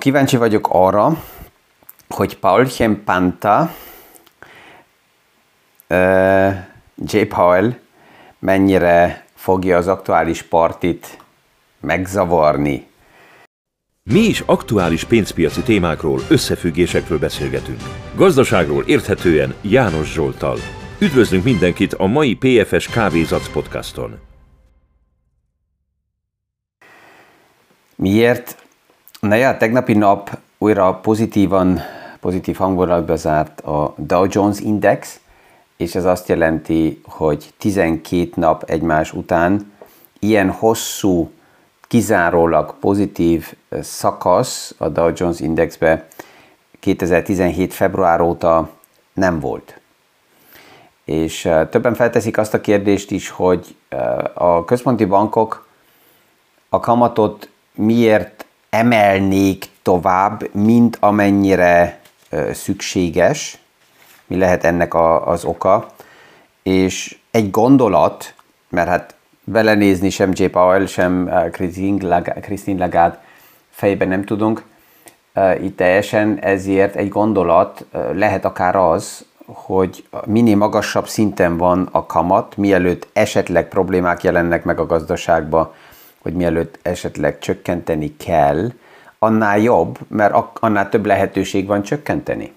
Kíváncsi vagyok arra, hogy Paulchen Panta, Jay Powell mennyire fogja az aktuális partit megzavarni. Mi is aktuális pénzpiaci témákról, összefüggésekről beszélgetünk. Gazdaságról érthetően János Zsolttal. Üdvözlünk mindenkit a mai PFS Kávézac podcaston. Miért? Tegnapi nap újra pozitív hangulatba zárt a Dow Jones Index, és ez azt jelenti, hogy 12 nap egymás után ilyen hosszú, kizárólag pozitív szakasz a Dow Jones Indexbe 2017. február óta nem volt. És többen felteszik azt a kérdést is, hogy a központi bankok a kamatot miért emelnék tovább, mint amennyire szükséges, mi lehet ennek az oka, és egy gondolat, mert belenézni sem Jay Powell, sem Christine Lagarde fejben nem tudunk itt teljesen, ezért egy gondolat lehet akár az, hogy minél magasabb szinten van a kamat, mielőtt esetleg problémák jelennek meg a gazdaságba, hogy mielőtt esetleg csökkenteni kell, annál jobb, mert annál több lehetőség van csökkenteni.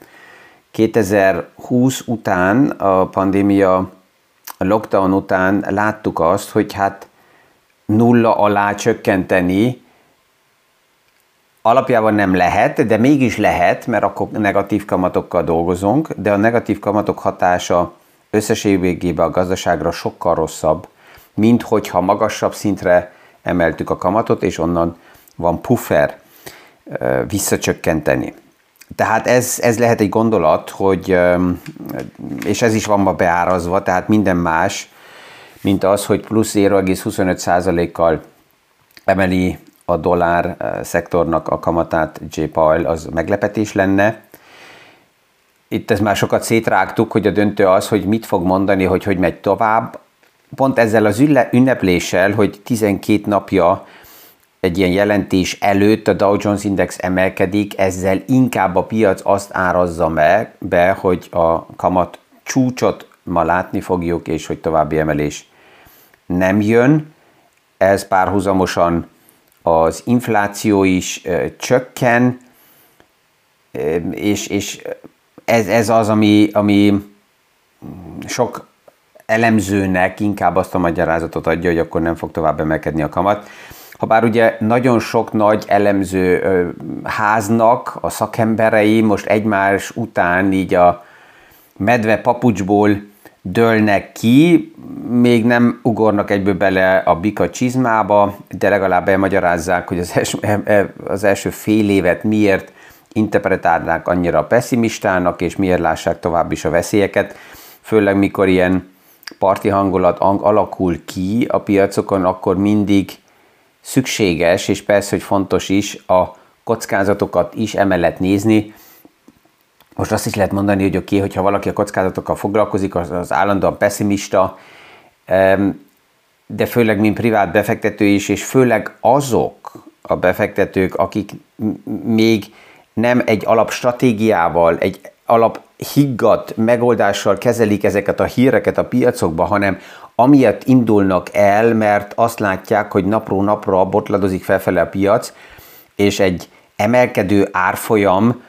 2020 után, a pandémia, a lockdown után láttuk azt, hogy nulla alá csökkenteni alapjában nem lehet, de mégis lehet, mert akkor negatív kamatokkal dolgozunk, de a negatív kamatok hatása összességében a gazdaságra sokkal rosszabb, mint hogyha magasabb szintre emeltük a kamatot, és onnan van puffer visszacsökkenteni. Tehát ez lehet egy gondolat, hogy, és ez is van ma beárazva, tehát minden más, mint az, hogy plusz 0,25%-kal emeli a dollár szektornak a kamatát Jay Powell, az meglepetés lenne. Itt ezt már sokat szétrágtuk, hogy a döntő az, hogy mit fog mondani, hogy megy tovább. Pont ezzel az ünnepléssel, hogy 12 napja egy ilyen jelentés előtt a Dow Jones Index emelkedik, ezzel inkább a piac azt árazza be, hogy a kamat csúcsot ma látni fogjuk, és hogy további emelés nem jön. Ez párhuzamosan az infláció is csökken, és ez az, ami sok elemzőnek inkább azt a magyarázatot adja, hogy akkor nem fog tovább emelkedni a kamat. Habár ugye nagyon sok nagy elemző háznak a szakemberei most egymás után így a medve papucsból dőlnek ki, még nem ugornak egyből bele a bika csizmába, de legalább elmagyarázzák, hogy az első fél évet miért interpretálnák annyira pessimistának, és miért lássák tovább is a veszélyeket, főleg mikor ilyen parti hangulat alakul ki a piacokon, akkor mindig szükséges, és persze, hogy fontos is a kockázatokat is emellett nézni. Most azt is lehet mondani, hogy oké, hogyha valaki a kockázatokkal foglalkozik, az állandóan pessimista, de főleg mint privát befektető is, és főleg azok a befektetők, akik még nem egy alapstratégiával, egy alaphiggadt megoldással kezelik ezeket a híreket a piacokba, hanem amiatt indulnak el, mert azt látják, hogy napról napra botladozik felfele a piac, és egy emelkedő árfolyam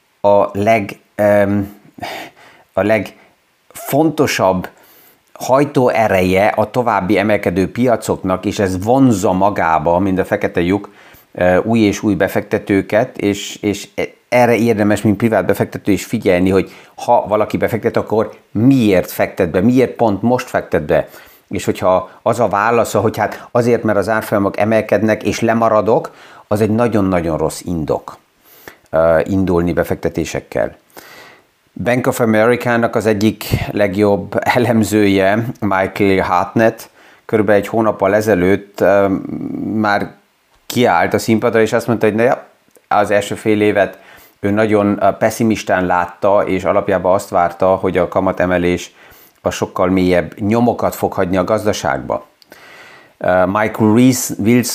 a legfontosabb hajtóereje a további emelkedő piacoknak, és ez vonzza magába, mint a fekete lyuk, új és új befektetőket, és erre érdemes, mint privát befektető is figyelni, hogy ha valaki befektet, akkor miért fektet be, miért pont most fektet be. És hogyha az a válasza, hogy azért, mert az árfolyamok emelkednek, és lemaradok, az egy nagyon-nagyon rossz indok indulni befektetésekkel. Bank of America-nak az egyik legjobb elemzője, Michael Hartnett, körülbelül egy hónappal ezelőtt már kiállt a színpadra, és azt mondta, hogy az első fél évet ő nagyon pessimistán látta, és alapjában azt várta, hogy a kamatemelés a sokkal mélyebb nyomokat fog hagyni a gazdaságba. Michael Wilson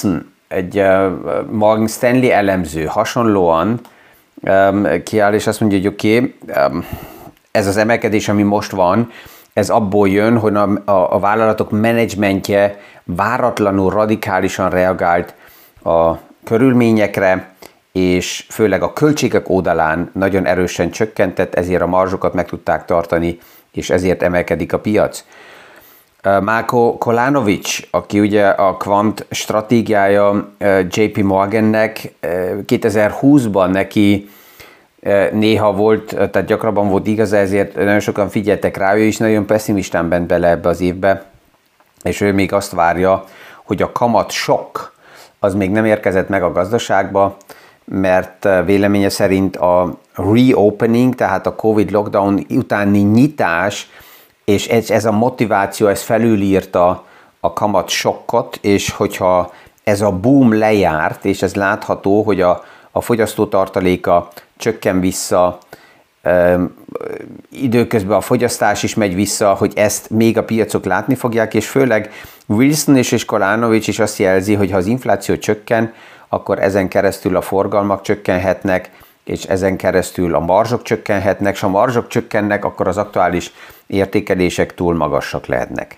egy Morgan Stanley elemző hasonlóan kiáll, és azt mondja, hogy oké, ez az emelkedés, ami most van, ez abból jön, hogy a vállalatok menedzsmentje váratlanul radikálisan reagált a körülményekre, és főleg a költségek oldalán nagyon erősen csökkentett, ezért a marzsokat meg tudták tartani, és ezért emelkedik a piac. Marko Kolanovic, aki ugye a kvant stratégiája JP Morgannek, 2020-ban neki néha volt, tehát gyakrabban volt igaza, ezért nagyon sokan figyeltek rá, ő is nagyon pessimistán ment bele ebbe az évbe, és ő még azt várja, hogy a kamat sok az még nem érkezett meg a gazdaságba, mert véleménye szerint a reopening, tehát a Covid lockdown utáni nyitás, és ez a motiváció, ez felülírta a kamat sokkot, és hogyha ez a boom lejárt, és ez látható, hogy a fogyasztótartaléka csökken vissza, időközben a fogyasztás is megy vissza, hogy ezt még a piacok látni fogják, és főleg Wilson és Kolanovic is azt jelzi, hogy ha az infláció csökken, akkor ezen keresztül a forgalmak csökkenhetnek, és ezen keresztül a marzsok csökkenhetnek, és ha a marzsok csökkennek, akkor az aktuális értékelések túl magasak lehetnek.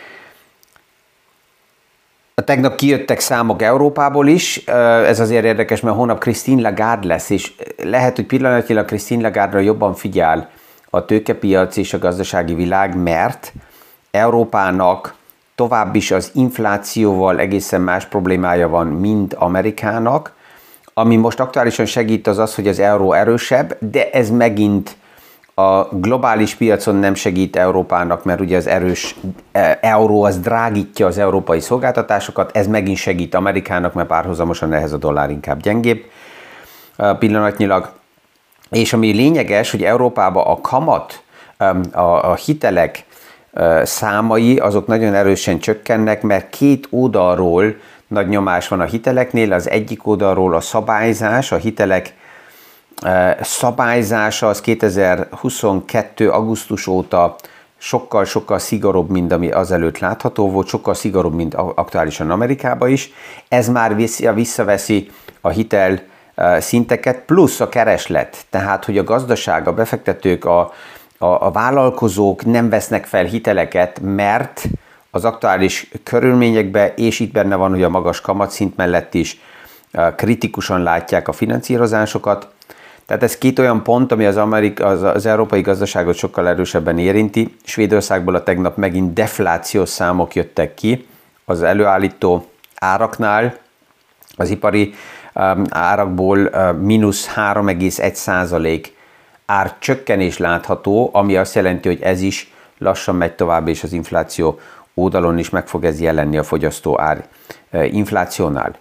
Tegnap kijöttek számok Európából is, ez azért érdekes, mert hónap Christine Lagarde lesz, és lehet, hogy pillanatnyilag Christine Lagarde-ra jobban figyel a tőkepiac és a gazdasági világ, mert Európának tovább is az inflációval egészen más problémája van, mint Amerikának. Ami most aktuálisan segít az, hogy az euró erősebb, de ez megint a globális piacon nem segít Európának, mert ugye az erős euró az drágítja az európai szolgáltatásokat, ez megint segít Amerikának, mert párhuzamosan ehhez a dollár inkább gyengébb pillanatnyilag. És ami lényeges, hogy Európában a kamat, a hitelek számai azok nagyon erősen csökkennek, mert két oldalról nagy nyomás van a hiteleknél, az egyik oldalról a szabályzás, a hitelek szabályzása az 2022. augusztus óta sokkal szigorúbb, mint ami azelőtt látható volt, sokkal szigorúbb, mint aktuálisan Amerikában is. Ez már visszaveszi a hitel szinteket, plusz a kereslet, tehát hogy a gazdaság, a befektetők, a vállalkozók nem vesznek fel hiteleket, mert az aktuális körülményekben, és itt benne van, hogy a magas kamatszint mellett is kritikusan látják a finanszírozásokat. Tehát ez két olyan pont, ami az európai gazdaságot sokkal erősebben érinti. Svédországból a tegnap megint deflációs számok jöttek ki az előállító áraknál, az ipari árakból mínusz 3,1% árcsökkenés látható, ami azt jelenti, hogy ez is lassan megy tovább, és az infláció oldalon is meg fog ez jelenni a fogyasztó ár inflációnál.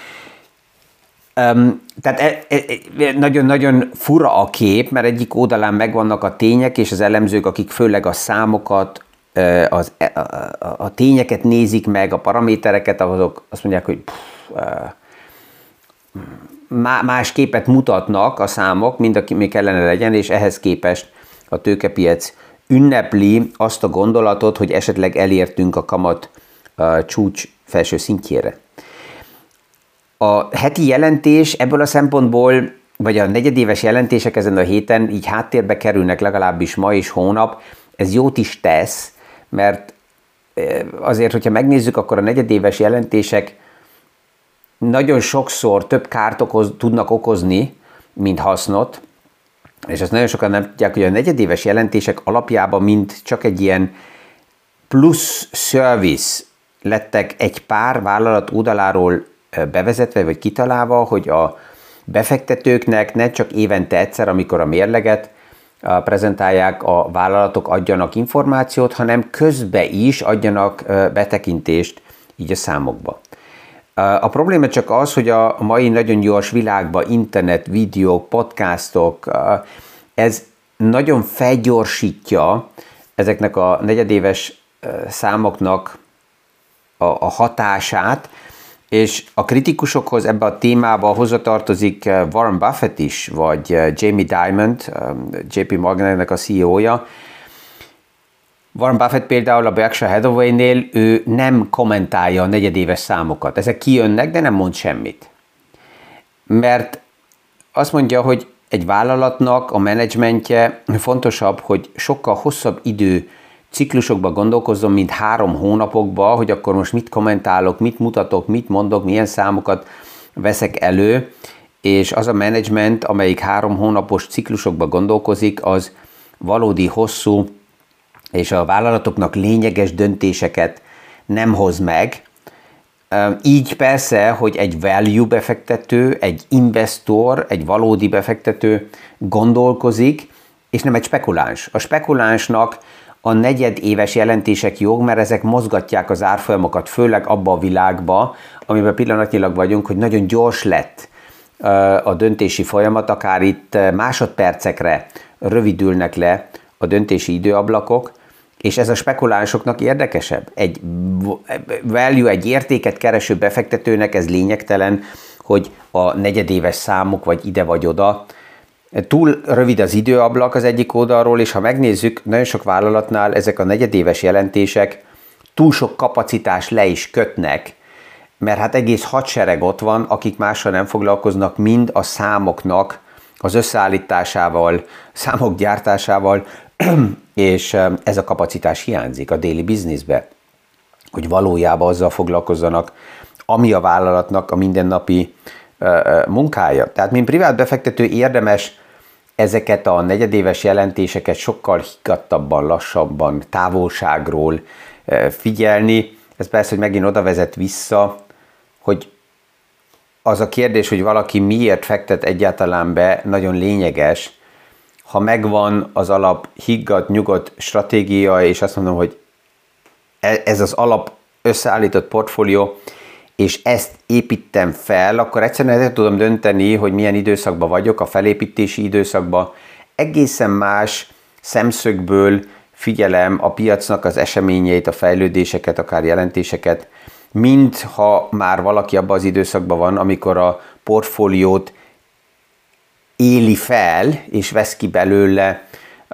Tehát nagyon-nagyon fura a kép, mert egyik oldalán megvannak a tények és az elemzők, akik főleg a számokat, a tényeket nézik meg, a paramétereket, azok azt mondják, hogy más képet mutatnak a számok, mint ami kellene legyen, és ehhez képest a tőkepiac ünnepli azt a gondolatot, hogy esetleg elértünk a kamat csúcs felső szintjére. A heti jelentés ebből a szempontból, vagy a negyedéves jelentések ezen a héten így háttérbe kerülnek, legalábbis ma és hónap, ez jót is tesz, mert azért, hogyha megnézzük, akkor a negyedéves jelentések nagyon sokszor több kárt tudnak okozni, mint hasznot, és azt nagyon sokan nem tudják, hogy a negyedéves jelentések alapjában mint csak egy ilyen plusz service lettek egy pár vállalat oldaláról bevezetve vagy kitalálva, hogy a befektetőknek ne csak évente egyszer, amikor a mérleget prezentálják, a vállalatok adjanak információt, hanem közben is adjanak betekintést így a számokba. A probléma csak az, hogy a mai nagyon gyors világban internet, videók, podcastok, ez nagyon felgyorsítja ezeknek a negyedéves számoknak a hatását, és a kritikusokhoz ebbe a témába hozzatartozik Warren Buffett is, vagy Jamie Dimon, JP Morgannek a CEO-ja, Warren Buffett például a Berkshire Hathaway-nél ő nem kommentálja a negyedéves számokat. Ezek kijönnek, de nem mond semmit. Mert azt mondja, hogy egy vállalatnak a menedzsmentje fontosabb, hogy sokkal hosszabb idő ciklusokba gondolkozzon, mint 3 hónapokba, hogy akkor most mit kommentálok, mit mutatok, mit mondok, milyen számokat veszek elő, és az a menedzsment, amelyik 3 hónapos ciklusokba gondolkozik, az valódi hosszú, és a vállalatoknak lényeges döntéseket nem hoz meg. Így persze, hogy egy value befektető, egy investor, egy valódi befektető gondolkozik, és nem egy spekuláns. A spekulánsnak a negyedéves jelentések jók, mert ezek mozgatják az árfolyamokat, főleg abba a világba, amiben pillanatnyilag vagyunk, hogy nagyon gyors lett a döntési folyamat, akár itt másodpercekre rövidülnek le a döntési időablakok, és ez a spekulánsoknak érdekesebb. Egy value, egy értéket kereső befektetőnek ez lényegtelen, hogy a negyedéves számok vagy ide vagy oda. Túl rövid az időablak az egyik oldalról, és ha megnézzük, nagyon sok vállalatnál ezek a negyedéves jelentések túl sok kapacitás le is kötnek, mert hát egész hadsereg ott van, akik mással nem foglalkoznak, mind a számoknak az összeállításával, számok gyártásával, és ez a kapacitás hiányzik a daily businessbe, hogy valójában azzal foglalkozzanak, ami a vállalatnak a mindennapi munkája. Tehát, mint privát befektető érdemes ezeket a negyedéves jelentéseket sokkal higgadtabban, lassabban, távolságról figyelni. Ez persze, hogy megint oda vezet vissza, hogy az a kérdés, hogy valaki miért fektet egyáltalán be, nagyon lényeges. Ha megvan az alap higgadt, nyugodt stratégia, és azt mondom, hogy ez az alap összeállított portfólió, és ezt építem fel, akkor egyszerűen el tudom dönteni, hogy milyen időszakban vagyok, a felépítési időszakban. Egészen más szemszögből figyelem a piacnak az eseményeit, a fejlődéseket, akár jelentéseket, mint ha már valaki abban az időszakban van, amikor a portfóliót éli fel, és vesz ki belőle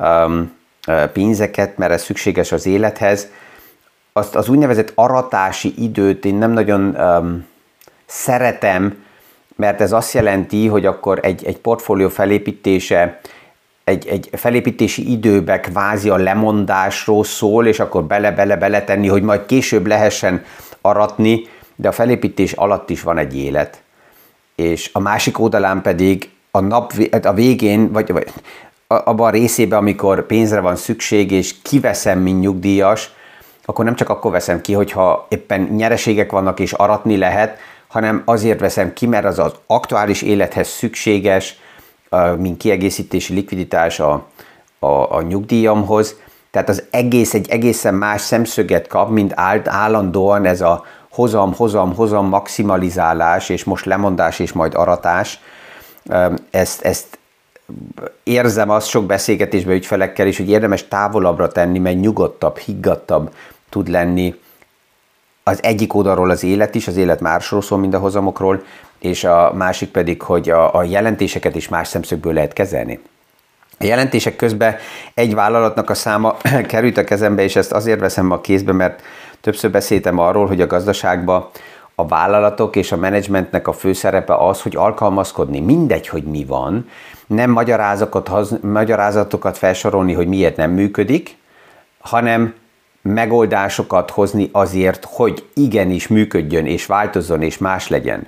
pénzeket, mert ez szükséges az élethez. Azt az úgynevezett aratási időt én nem nagyon szeretem, mert ez azt jelenti, hogy akkor egy portfólió felépítése, egy felépítési időbe kvázi a lemondásról szól, és akkor bele tenni, hogy majd később lehessen aratni, de a felépítés alatt is van egy élet. És a másik oldalán pedig a végén, vagy abban a részében, amikor pénzre van szükség, és kiveszem, mint nyugdíjas, akkor nem csak akkor veszem ki, hogyha éppen nyereségek vannak és aratni lehet, hanem azért veszem ki, mert az aktuális élethez szükséges, mint kiegészítési likviditás a nyugdíjamhoz. Tehát az egész egy egészen más szemszöget kap, mint állandóan ez a hozam maximalizálás, és most lemondás, és majd aratás. Ezt érzem azt sok beszélgetésben ügyfelekkel is, hogy érdemes távolabbra tenni, mert nyugodtabb, higgadtabb tud lenni az egyik oldalról az élet is, az élet másról szól, mint a hozamokról, és a másik pedig, hogy a jelentéseket is más szemszögből lehet kezelni. A jelentések közben egy vállalatnak a száma került a kezembe, és ezt azért veszem a kézbe, mert többször beszéltem arról, hogy a gazdaságban a vállalatok és a menedzsmentnek a fő szerepe az, hogy alkalmazkodni. Mindegy, hogy mi van, nem magyarázatokat felsorolni, hogy miért nem működik, hanem megoldásokat hozni azért, hogy igenis működjön, és változzon, és más legyen.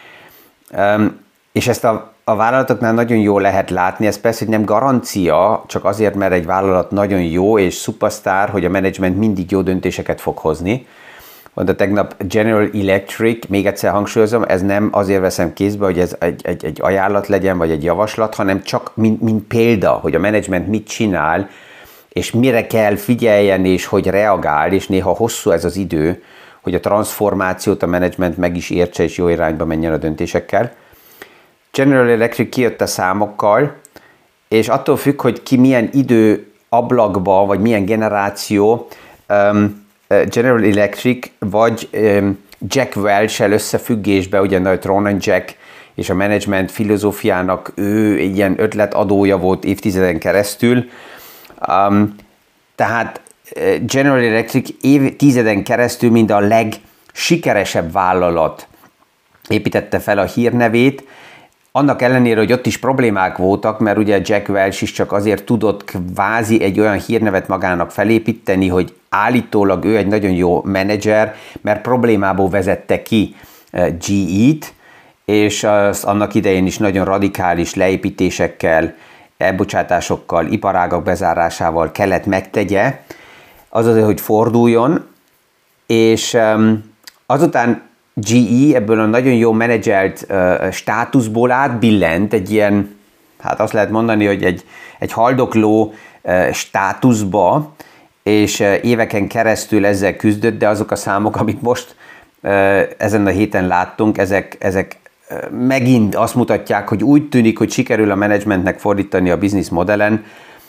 És ezt a vállalatoknál nagyon jól lehet látni, ez persze, hogy nem garancia, csak azért, mert egy vállalat nagyon jó és szupasztár, hogy a menedzsment mindig jó döntéseket fog hozni. Mondta tegnap General Electric, még egyszer hangsúlyozom, ez nem azért veszem kézbe, hogy ez egy ajánlat legyen, vagy egy javaslat, hanem csak mint példa, hogy a menedzsment mit csinál, és mire kell figyeljen, és hogy reagál, és néha hosszú ez az idő, hogy a transformációt a menedzsment meg is értse, és jó irányba menjen a döntésekkel. General Electric kijött a számokkal, és attól függ, hogy ki milyen időablakba, vagy milyen generáció, General Electric vagy Jack Welch-el összefüggésbe, ugye nagy Ron Jack és a menedzsment filozófiának ő egy ilyen ötletadója volt évtizeden keresztül. Tehát General Electric évtizeden keresztül mind a legsikeresebb vállalat építette fel a hírnevét, annak ellenére, hogy ott is problémák voltak, mert ugye Jack Welch is csak azért tudott kvázi egy olyan hírnevet magának felépíteni, hogy állítólag ő egy nagyon jó menedzser, mert problémából vezette ki GE-t, és azt annak idején is nagyon radikális leépítésekkel, elbocsátásokkal, iparágak bezárásával kellett megtegye, azért, hogy forduljon, és azután GE ebből a nagyon jó menedzselt státuszból átbillent egy ilyen, hát azt lehet mondani, hogy egy haldokló státuszba, és éveken keresztül ezzel küzdött, de azok a számok, amit most ezen a héten láttunk, ezek megint azt mutatják, hogy úgy tűnik, hogy sikerül a menedzsmentnek fordítani a business modellen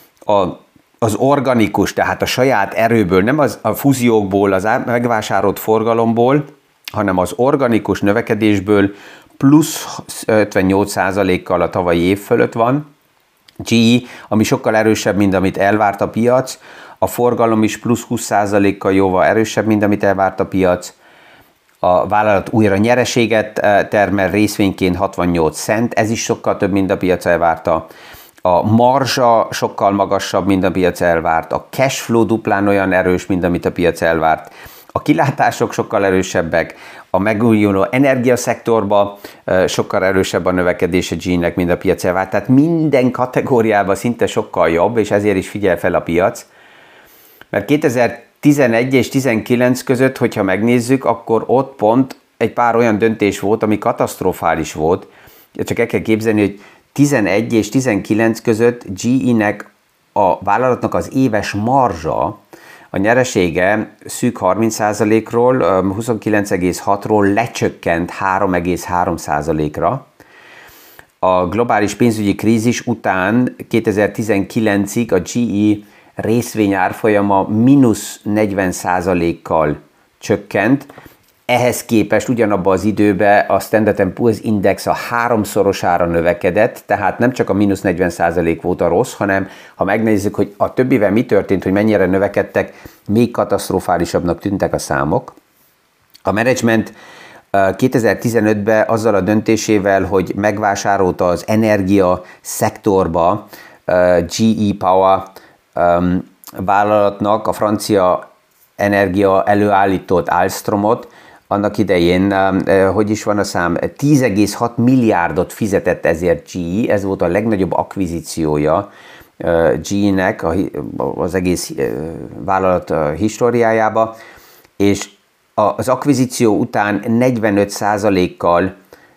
az organikus, tehát a saját erőből, nem a fúziókból, az megvásárolt forgalomból, hanem az organikus növekedésből plusz 58%-kal a tavalyi év fölött van. GE, ami sokkal erősebb, mint amit elvárt a piac, a forgalom is plusz 20%-kal jóval erősebb, mint amit elvárt a piac. A vállalat újra nyereséget termel részvényként 68 cent, ez is sokkal több, mint a piac elvárta. A marzsa sokkal magasabb, mint a piac elvárt. A cash flow duplán olyan erős, mint amit a piac elvárt. A kilátások sokkal erősebbek, a megújuló energiaszektorban sokkal erősebb a növekedés a GE-nek, mint a piac elvárt. Tehát minden kategóriában szinte sokkal jobb, és ezért is figyel fel a piac. Mert 2011 és 2019 között, hogyha megnézzük, akkor ott pont egy pár olyan döntés volt, ami katasztrofális volt. Csak el kell képzelni, hogy 11 és 19 között GE-nek a vállalatnak az éves marzsa, a nyeresége szűk 30%-ról, 29,6-ról lecsökkent 3,3%-ra. A globális pénzügyi krízis után 2019-ig a GE részvény árfolyama mínusz 40%-kal csökkent. Ehhez képest ugyanabban az időben a Standard & Poor's Index a 3-szorosára növekedett, tehát nem csak a mínusz 40% volt a rossz, hanem ha megnézzük, hogy a többivel mi történt, hogy mennyire növekedtek, még katasztrofálisabbnak tűntek a számok. A menedzsment 2015-ben azzal a döntésével, hogy megvásárolta az energia szektorba GE Power vállalatnak a francia energia előállított Alstromot, annak idején, hogy is van a szám, 10,6 milliárdot fizetett ezért GE, ez volt a legnagyobb akvizíciója GE-nek az egész vállalat históriájába, és az akvizíció után 45%-kal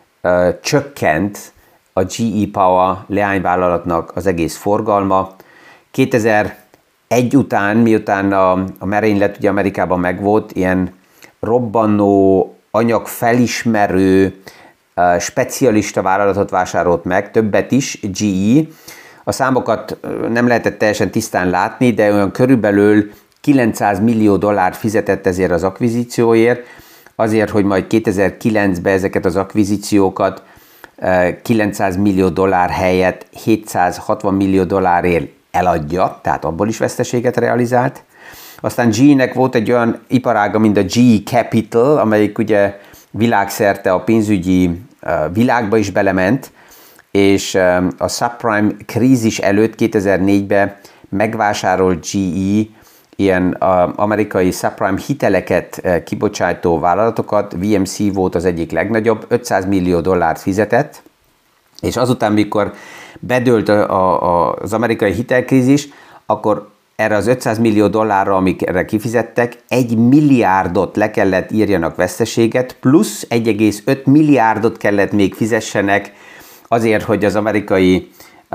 csökkent a GE Power leányvállalatnak az egész forgalma. 2001 után, miután a merénylet ugye Amerikában megvolt, ilyen robbanó, anyagfelismerő, specialista vállalatot vásárolt meg, többet is, GE. A számokat nem lehetett teljesen tisztán látni, de olyan körülbelül $900 millió fizetett ezért az akvizícióért, azért, hogy majd 2009-ben ezeket az akvizíciókat $900 millió helyett $760 millió eladja, tehát abból is veszteséget realizált. Aztán GE-nek volt egy olyan iparága, mint a GE Capital, amelyik ugye világszerte a pénzügyi világba is belement, és a subprime krízis előtt 2004-ben megvásárolt GE ilyen amerikai subprime hiteleket kibocsátó vállalatokat, VMC volt az egyik legnagyobb, $500 millió fizetett, és azután, mikor bedőlt az amerikai hitelkrízis, akkor erre az $500 millió, amikre kifizettek, 1 milliárdot le kellett írjanak veszteséget, plusz 1,5 milliárdot kellett még fizessenek azért, hogy az amerikai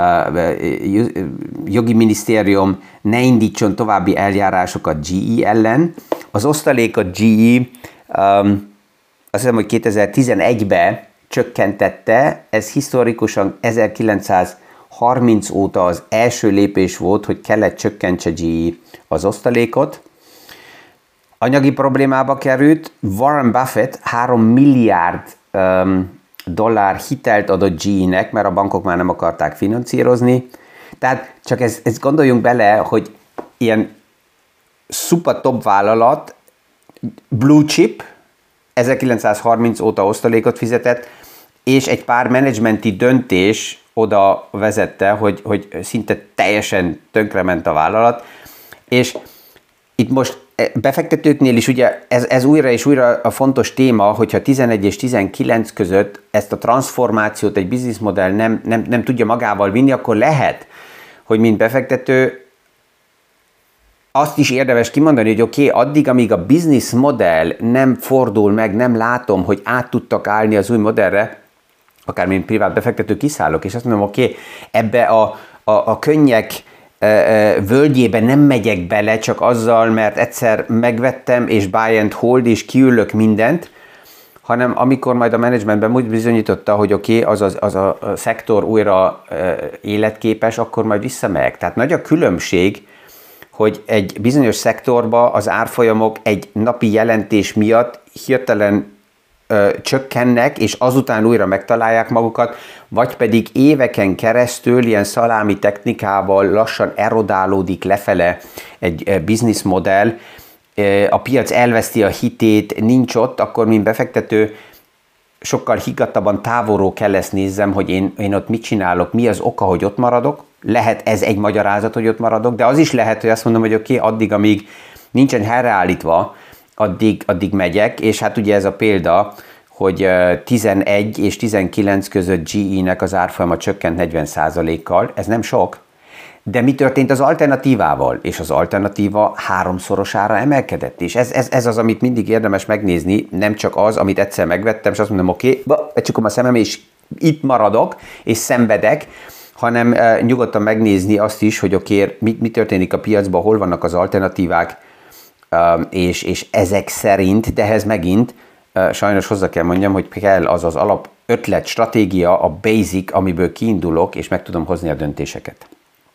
jogi minisztérium ne indítson további eljárásokat GE ellen. Az osztalékot GE azt hiszem, hogy 2011-ben csökkentette, ez historikusan 1930 óta az első lépés volt, hogy kellett csökkentse GE az osztalékot. Anyagi problémába került, Warren Buffett 3 milliárd dollár hitelt adott GE-nek, mert a bankok már nem akarták finanszírozni. Tehát csak ezt gondoljunk bele, hogy ilyen szuper top vállalat, blue chip, 1930 óta osztalékot fizetett, és egy pár menedzsmenti döntés oda vezette, hogy szinte teljesen tönkrement a vállalat, és itt most befektetőknél is ugye ez újra és újra a fontos téma, hogyha 11 és 19 között ezt a transformációt egy bizniszmodell nem tudja magával vinni, akkor lehet, hogy mint befektető azt is érdemes kimondani, hogy oké, addig, amíg a bizniszmodell nem fordul meg, nem látom, hogy át tudtak állni az új modellre, akár mint privát befektető kiszállok, és azt mondom, oké, ebbe a könnyek völgyébe nem megyek bele csak azzal, mert egyszer megvettem, és buy and hold, és kiülök mindent, hanem amikor majd a menedzsmentben úgy bizonyította, hogy oké, az a szektor újra életképes, akkor majd visszamegyek. Tehát nagy a különbség, hogy egy bizonyos szektorba az árfolyamok egy napi jelentés miatt hirtelen csökkennek, és azután újra megtalálják magukat, vagy pedig éveken keresztül ilyen szalámi technikával lassan erodálódik lefele egy bizniszmodell, a piac elveszti a hitét, nincs ott, akkor mint befektető sokkal higgadtabban távolról kell ezt nézzem, hogy én ott mit csinálok, mi az oka, hogy ott maradok. Lehet ez egy magyarázat, hogy ott maradok, de az is lehet, hogy azt mondom, hogy oké, addig, amíg nincsen helyreállítva, addig megyek, és hát ugye ez a példa, hogy 11 és 19 között GE-nek az árfolyama csökkent 40%-kal, ez nem sok, de mi történt az alternatívával? És az alternatíva 3-szorosára emelkedett, és ez az, amit mindig érdemes megnézni, nem csak az, amit egyszer megvettem, és azt mondom, oké, becsukom a szemem, és itt maradok, és szenvedek, hanem nyugodtan megnézni azt is, hogy oké, mi történik a piacban, hol vannak az alternatívák, és ezek szerint, de ehhez megint sajnos hozzá kell mondjam, hogy kell az az alap ötlet, stratégia, a basic, amiből kiindulok, és meg tudom hozni a döntéseket.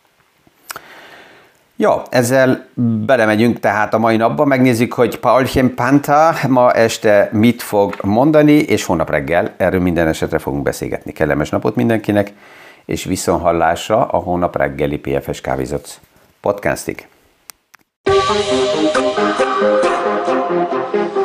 Jó, ezzel belemegyünk tehát a mai napba, megnézzük, hogy Paulchen Panther ma este mit fog mondani, és holnap reggel erről minden esetre fogunk beszélgetni. Kellemes napot mindenkinek, és viszonthallásra a hónap reggeli PFS Kávézac podcastig.